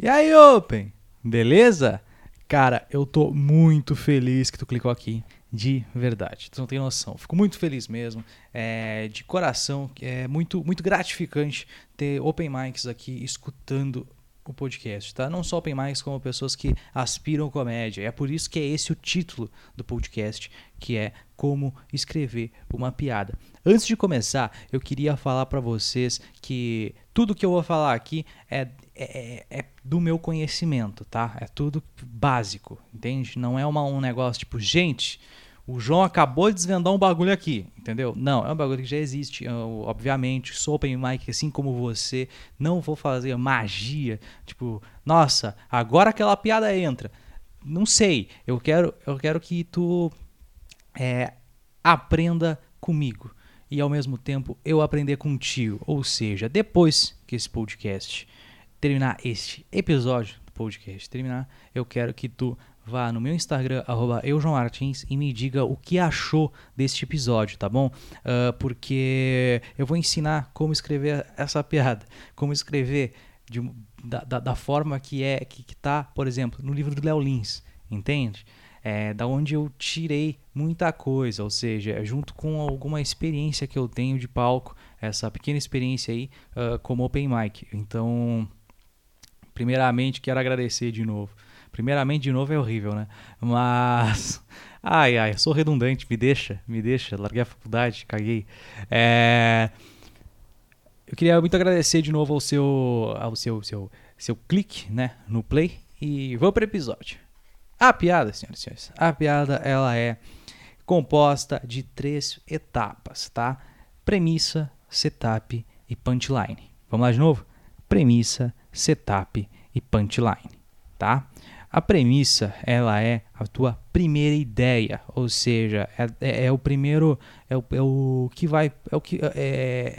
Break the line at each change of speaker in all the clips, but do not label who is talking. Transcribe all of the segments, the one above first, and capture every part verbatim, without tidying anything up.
E aí, Open? Beleza? Cara, eu tô muito feliz que tu clicou aqui. De verdade, tu não tem noção. Fico muito feliz mesmo, é, de coração. É muito, muito gratificante ter Open Mics aqui escutando o podcast, tá? Não só Open Mics, como pessoas que aspiram comédia. É por isso que é esse o título do podcast, que é Como Escrever uma Piada. Antes de começar, eu queria falar pra vocês que tudo que eu vou falar aqui é, é, é do meu conhecimento, tá? É tudo básico, entende? Não é uma, um negócio tipo, gente, o João acabou de desvendar um bagulho aqui, entendeu? Não, é um bagulho que já existe, eu, obviamente, sou open mic assim como você, não vou fazer magia, tipo, nossa, agora aquela piada entra. Não sei, eu quero, eu quero que tu é, aprenda comigo e ao mesmo tempo eu aprender contigo, ou seja, depois que esse podcast terminar, este episódio do podcast terminar, eu quero que tu vá no meu Instagram, arroba eujomartins, e me diga o que achou deste episódio, tá bom? Uh, porque eu vou ensinar como escrever essa piada, como escrever de, da, da, da forma que é, que, que tá, por exemplo, no livro do Léo Lins, entende? É, da onde eu tirei muita coisa, ou seja, junto com alguma experiência que eu tenho de palco, essa pequena experiência aí, uh, como open mic. Então, primeiramente, quero agradecer de novo. Primeiramente, de novo é horrível, né? Mas, ai, ai, eu sou redundante, me deixa, me deixa, larguei a faculdade, caguei. É... Eu queria muito agradecer de novo ao seu, ao seu, seu, seu clique, né, no play, e vamos para o episódio. A piada, senhoras e senhores, a piada ela é composta de três etapas, tá? Premissa, setup e punchline. Vamos lá de novo? Premissa, setup e punchline, tá? A premissa ela é a tua primeira ideia, ou seja, é, é, é o primeiro, é o, é o que vai, é o que é,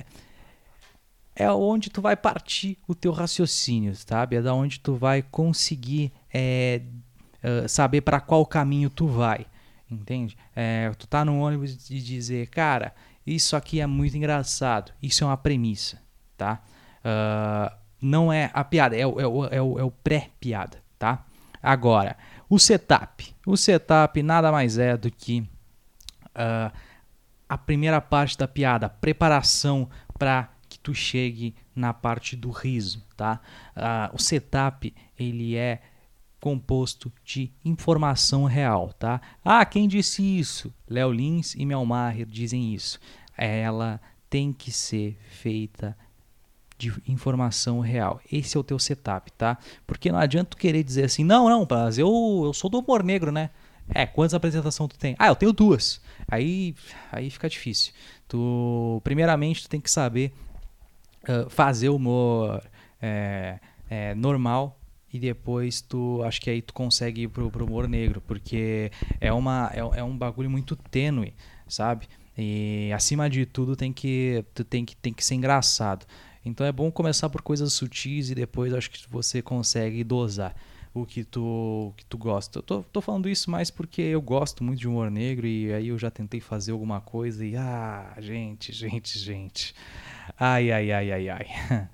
é onde tu vai partir o teu raciocínio, sabe? É da onde tu vai conseguir é, Uh, saber para qual caminho tu vai, entende? É, tu tá no ônibus e dizer, cara, isso aqui é muito engraçado, isso é uma premissa, tá? Uh, não é a piada, é o, é o, é o, é o pré-piada, tá? Agora, o setup. O setup nada mais é do que uh, a primeira parte da piada, a preparação para que tu chegue na parte do riso, tá? Uh, o setup, ele é composto de informação real, tá? Ah, quem disse isso? Léo Lins e Mel Maher dizem isso. Ela tem que ser feita de informação real. Esse é o teu setup, tá? Porque não adianta tu querer dizer assim, não, não, mas eu, eu sou do humor negro, né? É, quantas apresentações tu tem? Ah, eu tenho duas. Aí, aí fica difícil. Tu, primeiramente, tu tem que saber uh, fazer humor é, é, normal, e depois tu, acho que aí tu consegue ir pro, pro humor negro, porque é, uma, é, é um bagulho muito tênue, sabe? E acima de tudo tem que, tu tem que, tem que ser engraçado. Então é bom começar por coisas sutis e depois acho que você consegue dosar o que tu, que tu gosta. Eu tô, tô falando isso mais porque eu gosto muito de humor negro e aí eu já tentei fazer alguma coisa e ah, gente, gente, gente. Ai, ai, ai, ai, ai.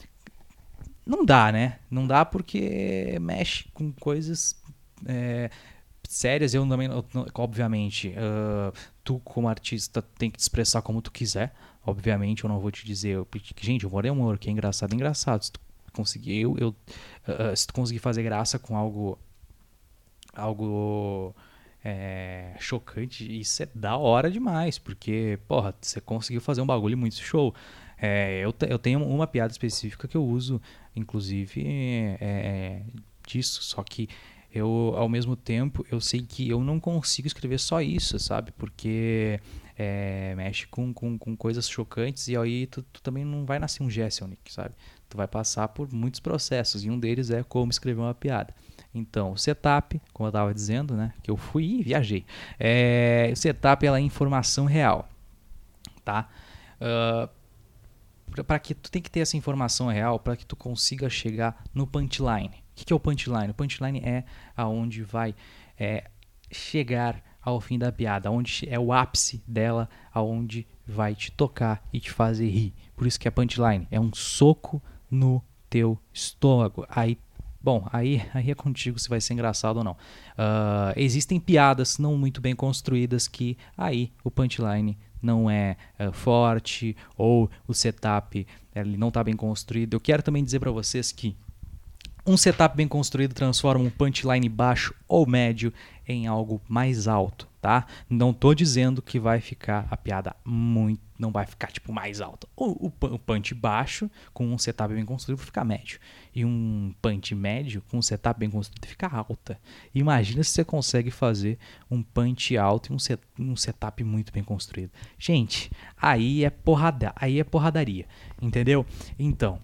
Não dá, né? Não dá porque mexe com coisas é, sérias. Eu também, obviamente, uh, tu como artista tem que te expressar como tu quiser. Obviamente, eu não vou te dizer, eu, gente, humor é humor, que é engraçado, é engraçado. Se tu conseguir, eu, eu, uh, se tu conseguir fazer graça com algo, algo é, chocante, isso é da hora demais, porque, porra, você conseguiu fazer um bagulho muito show. É, eu, eu tenho uma piada específica que eu uso, inclusive, é, disso, só que eu, ao mesmo tempo, eu sei que eu não consigo escrever só isso, sabe? Porque é, mexe com, com, com coisas chocantes e aí tu, tu também não vai nascer um Gesselnick, sabe? Tu vai passar por muitos processos e um deles é como escrever uma piada. Então, o setup, como eu estava dizendo, né? Que eu fui e viajei. É, o setup ela é informação real, tá? Uh, para que tu tem que ter essa informação real para que tu consiga chegar no punchline. O que, que é o punchline? O punchline é aonde vai é, chegar ao fim da piada, onde é o ápice dela, aonde vai te tocar e te fazer rir. Por isso que é punchline, é um soco no teu estômago. Aí Bom, aí, aí é contigo se vai ser engraçado ou não. Uh, existem piadas não muito bem construídas que aí o punchline não é uh, forte ou o setup ele não está bem construído. Eu quero também dizer para vocês que um setup bem construído transforma um punchline baixo ou médio em algo mais alto, tá? Não tô dizendo que vai ficar a piada muito, não vai ficar tipo mais alta. O, o, o punch baixo com um setup bem construído fica médio e um punch médio com um setup bem construído fica alta. Imagina se você consegue fazer um punch alto e um, set, um setup muito bem construído. Gente, aí é porrada, aí é porradaria, entendeu? Então,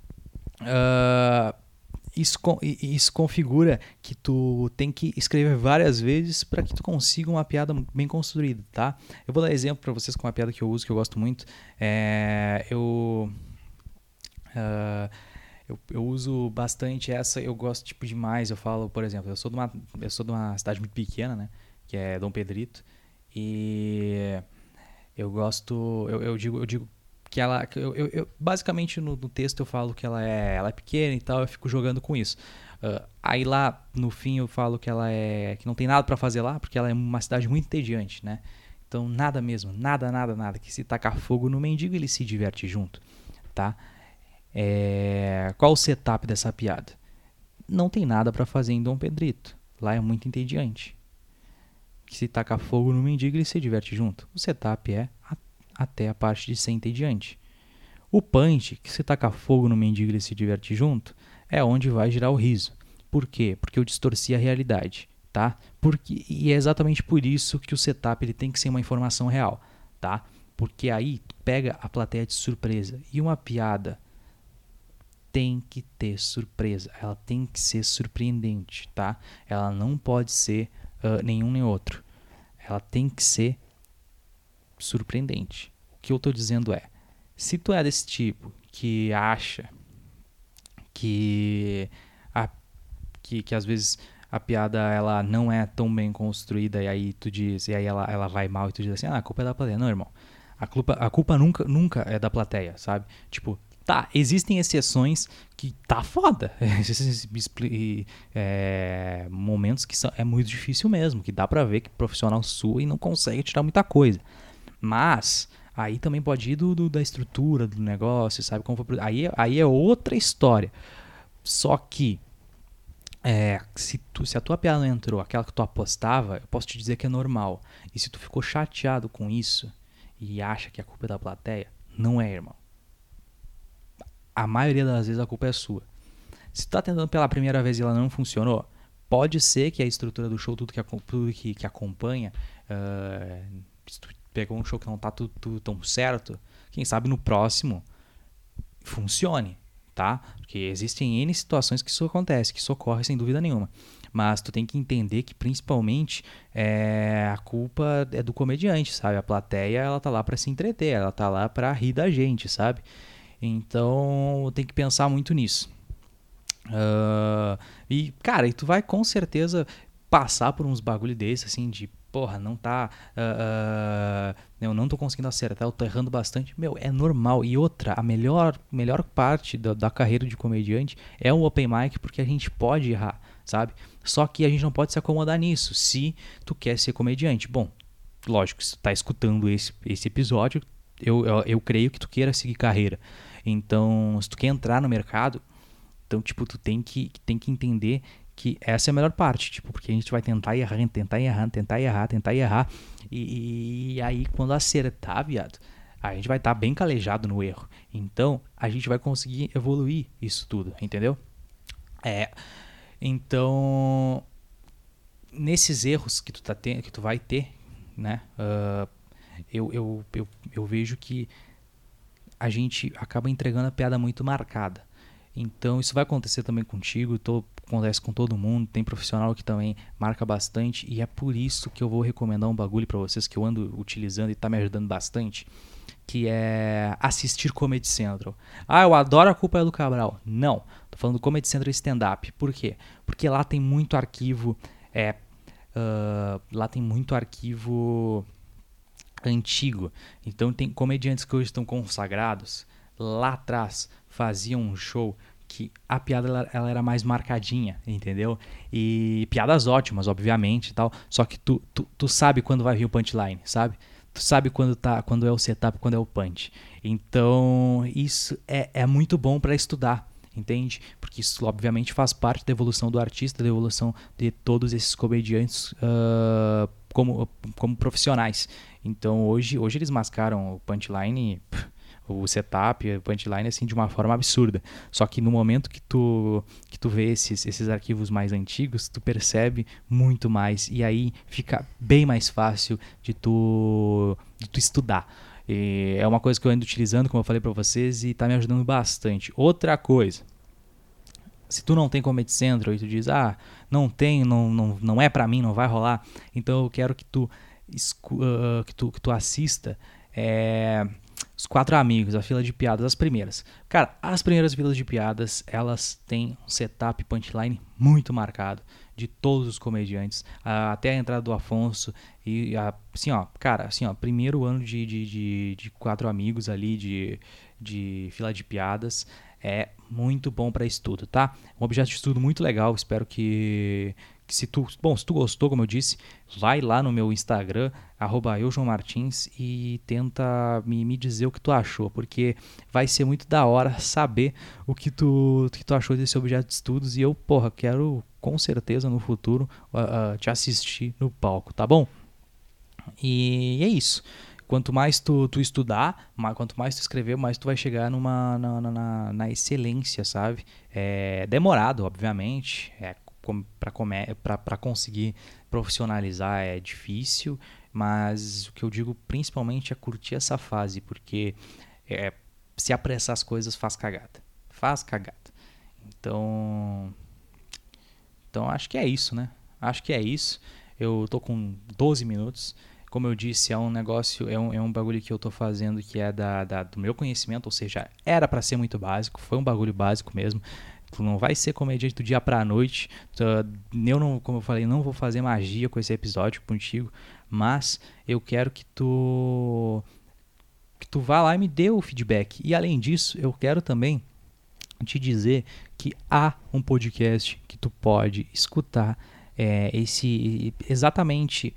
uh, Isso, isso configura que tu tem que escrever várias vezes para que tu consiga uma piada bem construída, tá? Eu vou dar exemplo para vocês com uma piada que eu uso, que eu gosto muito. É, eu, uh, eu, eu uso bastante essa, eu gosto tipo demais. Eu falo, por exemplo, eu sou de uma, eu sou de uma cidade muito pequena, né? Que é Dom Pedrito. E eu gosto, eu, eu digo, eu digo que ela, eu, eu, eu, basicamente no, no texto eu falo que ela é, ela é pequena e tal, eu fico jogando com isso. Uh, aí lá no fim eu falo que ela é, que não tem nada pra fazer lá, porque ela é uma cidade muito entediante, né? Então nada mesmo, nada, nada, nada, que se tacar fogo no mendigo ele se diverte junto, tá? É, qual o setup dessa piada? Não tem nada pra fazer em Dom Pedrito, lá é muito entediante. Que se tacar fogo no mendigo ele se diverte junto. O setup é a até a parte de ser entediante. O punch, que se tacar fogo no mendigo e ele se diverte junto, é onde vai girar o riso. Por quê? Porque eu distorci a realidade, tá? Porque, e é exatamente por isso que o setup ele tem que ser uma informação real, tá? Porque aí pega a plateia de surpresa. E uma piada tem que ter surpresa, ela tem que ser surpreendente, tá? Ela não pode ser uh, nenhum nem outro. Ela tem que ser surpreendente. O que eu tô dizendo é, se tu é desse tipo que acha que, a, que, que às vezes a piada ela não é tão bem construída e aí tu diz, e aí ela, ela vai mal e tu diz assim, ah, a culpa é da plateia. Não, irmão. A culpa, a culpa nunca, nunca é da plateia, sabe? Tipo, tá, existem exceções que tá foda. Existem é, momentos que são, é muito difícil mesmo, que dá pra ver que o profissional sua e não consegue tirar muita coisa. Mas aí também pode ir do, do, da estrutura do negócio, sabe? Como foi, aí, aí é outra história. Só que é, se, tu, se a tua piada não entrou, aquela que tu apostava, eu posso te dizer que é normal. E se tu ficou chateado com isso e acha que a culpa é da plateia, não é, irmão. A maioria das vezes a culpa é sua. Se tu tá tentando pela primeira vez e ela não funcionou, pode ser que a estrutura do show, tudo que, tudo que, que acompanha, uh, pegou um show que não tá tudo, tudo tão certo, quem sabe no próximo funcione, tá? Porque existem N situações que isso acontece, que isso ocorre sem dúvida nenhuma. Mas tu tem que entender que principalmente é, a culpa é do comediante, sabe? A plateia, ela tá lá pra se entreter, ela tá lá pra rir da gente, sabe? Então tem que pensar muito nisso. Uh, e, cara, e tu vai com certeza passar por uns bagulho desse, assim, de porra, não tá. Uh, uh, eu não tô conseguindo acertar, eu tô errando bastante. Meu, é normal. E outra, a melhor, melhor parte da, da carreira de comediante é o open mic, porque a gente pode errar, sabe? Só que a gente não pode se acomodar nisso se tu quer ser comediante. Bom, lógico, se tu tá escutando esse, esse episódio, eu, eu, eu creio que tu queira seguir carreira. Então, se tu quer entrar no mercado, então, tipo, tu tem que, tem que entender que essa é a melhor parte, tipo, porque a gente vai tentar e errar, tentar e errar, tentar e errar, tentar e errar, e, e aí quando acertar, viado, a gente vai estar tá bem calejado no erro. Então, a gente vai conseguir evoluir isso tudo, entendeu? É, então, nesses erros que tu, tá te, que tu vai ter, né, uh, eu, eu, eu, eu vejo que a gente acaba entregando a piada muito marcada. Então isso vai acontecer também contigo, tô, acontece com todo mundo, tem profissional que também marca bastante e é por isso que eu vou recomendar um bagulho pra vocês que eu ando utilizando e tá me ajudando bastante, que é assistir Comedy Central. Ah, eu adoro A Culpa é do Cabral. Não, tô falando do Comedy Central stand-up. Por quê? Porque lá tem muito arquivo, é, uh, lá tem muito arquivo antigo, então tem comediantes que hoje estão consagrados, lá atrás faziam um show que a piada ela, ela era mais marcadinha, entendeu? E piadas ótimas, obviamente, e tal. Só que tu, tu, tu sabe quando vai vir o punchline, sabe? Tu sabe quando, tá, quando é o setup, quando é o punch. Então, isso é, é muito bom para estudar, entende? Porque isso, obviamente, faz parte da evolução do artista, da evolução de todos esses comediantes uh, como, como profissionais. Então, hoje, hoje eles mascaram o punchline, o setup, o punchline, assim, de uma forma absurda. Só que no momento que tu, que tu vê esses, esses arquivos mais antigos, tu percebe muito mais. E aí fica bem mais fácil de tu, de tu estudar. E é uma coisa que eu ando utilizando, como eu falei pra vocês, e tá me ajudando bastante. Outra coisa, se tu não tem Comedy Central e tu diz, ah, não tem, não, não, não é pra mim, não vai rolar, então eu quero que tu, uh, que tu, que tu assista é, Os Quatro Amigos, a fila de piadas, as primeiras. Cara, as primeiras filas de piadas, elas têm um setup punchline muito marcado de todos os comediantes, até a entrada do Afonso, e assim, ó, cara, assim, ó, primeiro ano de, de, de, de Quatro Amigos ali, de, de fila de piadas, é muito bom para estudo, tá? Um objeto de estudo muito legal, espero que, que se tu, bom, se tu gostou, como eu disse, vai lá no meu Instagram, arroba eu, João Martins, e tenta me, me dizer o que tu achou, porque vai ser muito da hora saber o que tu, o que tu achou desse objeto de estudos, e eu, porra, quero com certeza no futuro uh, uh, te assistir no palco, tá bom? E é isso. Quanto mais tu, tu estudar, mais, quanto mais tu escrever, mais tu vai chegar numa, na, na, na excelência, sabe? É demorado, obviamente, é, para conseguir profissionalizar é difícil, mas o que eu digo principalmente é curtir essa fase, porque é, se apressar as coisas faz cagada. Faz cagada. Então, então acho que é isso, né? Acho que é isso. Eu tô com doze minutos. Como eu disse, é um negócio, é um, é um bagulho que eu tô fazendo que é da, da, do meu conhecimento, ou seja, era pra ser muito básico, foi um bagulho básico mesmo. Tu não vai ser comediante do dia pra noite. Tu, eu não, como eu falei, não vou fazer magia com esse episódio contigo, mas eu quero que tu que tu vá lá e me dê o feedback. E além disso, eu quero também te dizer que há um podcast que tu pode escutar é, esse exatamente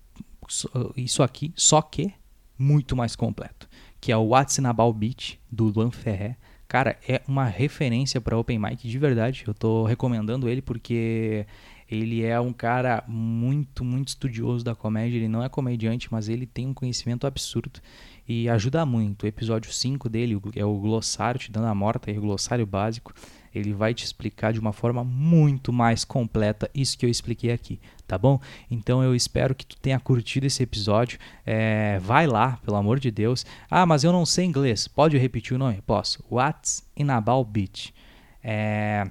isso aqui, só que muito mais completo, que é o What's in About Beat, do Luan Ferré. Cara, é uma referência para Open Mic, de verdade. Eu tô recomendando ele porque ele é um cara muito, muito estudioso da comédia. Ele não é comediante, mas ele tem um conhecimento absurdo e ajuda muito. O episódio cinco dele é o glossário, te dando a morta, é o glossário básico. Ele vai te explicar de uma forma muito mais completa isso que eu expliquei aqui, tá bom? Então eu espero que tu tenha curtido esse episódio. É, vai lá, pelo amor de Deus. Ah, mas eu não sei inglês. Pode repetir o nome? Posso. What's in About Beat? É...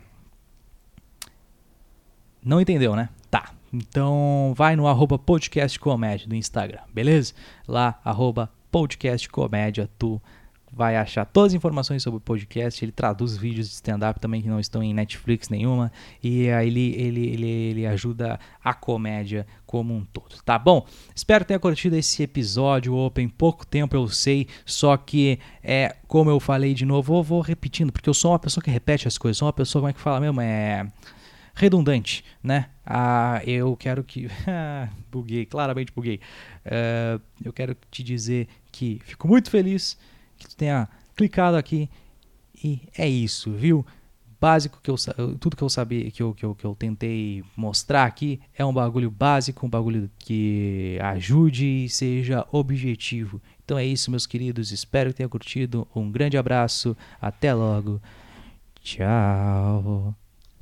Não entendeu, né? Tá. Então vai no arroba podcastcomédia do Instagram, beleza? Lá, arroba podcastcomédia, tu vai achar todas as informações sobre o podcast. Ele traduz vídeos de stand-up também que não estão em Netflix nenhuma, e aí ele, ele, ele, ele ajuda a comédia como um todo, tá bom? Espero que tenha curtido esse episódio Open, pouco tempo eu sei, só que é, como eu falei de novo, eu vou repetindo, porque eu sou uma pessoa que repete as coisas, sou uma pessoa, como é que fala mesmo, é... redundante, né? Ah, eu quero que... buguei, claramente buguei. Uh, eu quero te dizer que fico muito feliz que tu tenha clicado aqui e é isso, viu? Básico que eu tudo que eu sabia, que eu, que eu, que eu tentei mostrar aqui é um bagulho básico, um bagulho que ajude e seja objetivo. Então é isso, meus queridos, espero que tenha curtido. Um grande abraço, até logo. Tchau.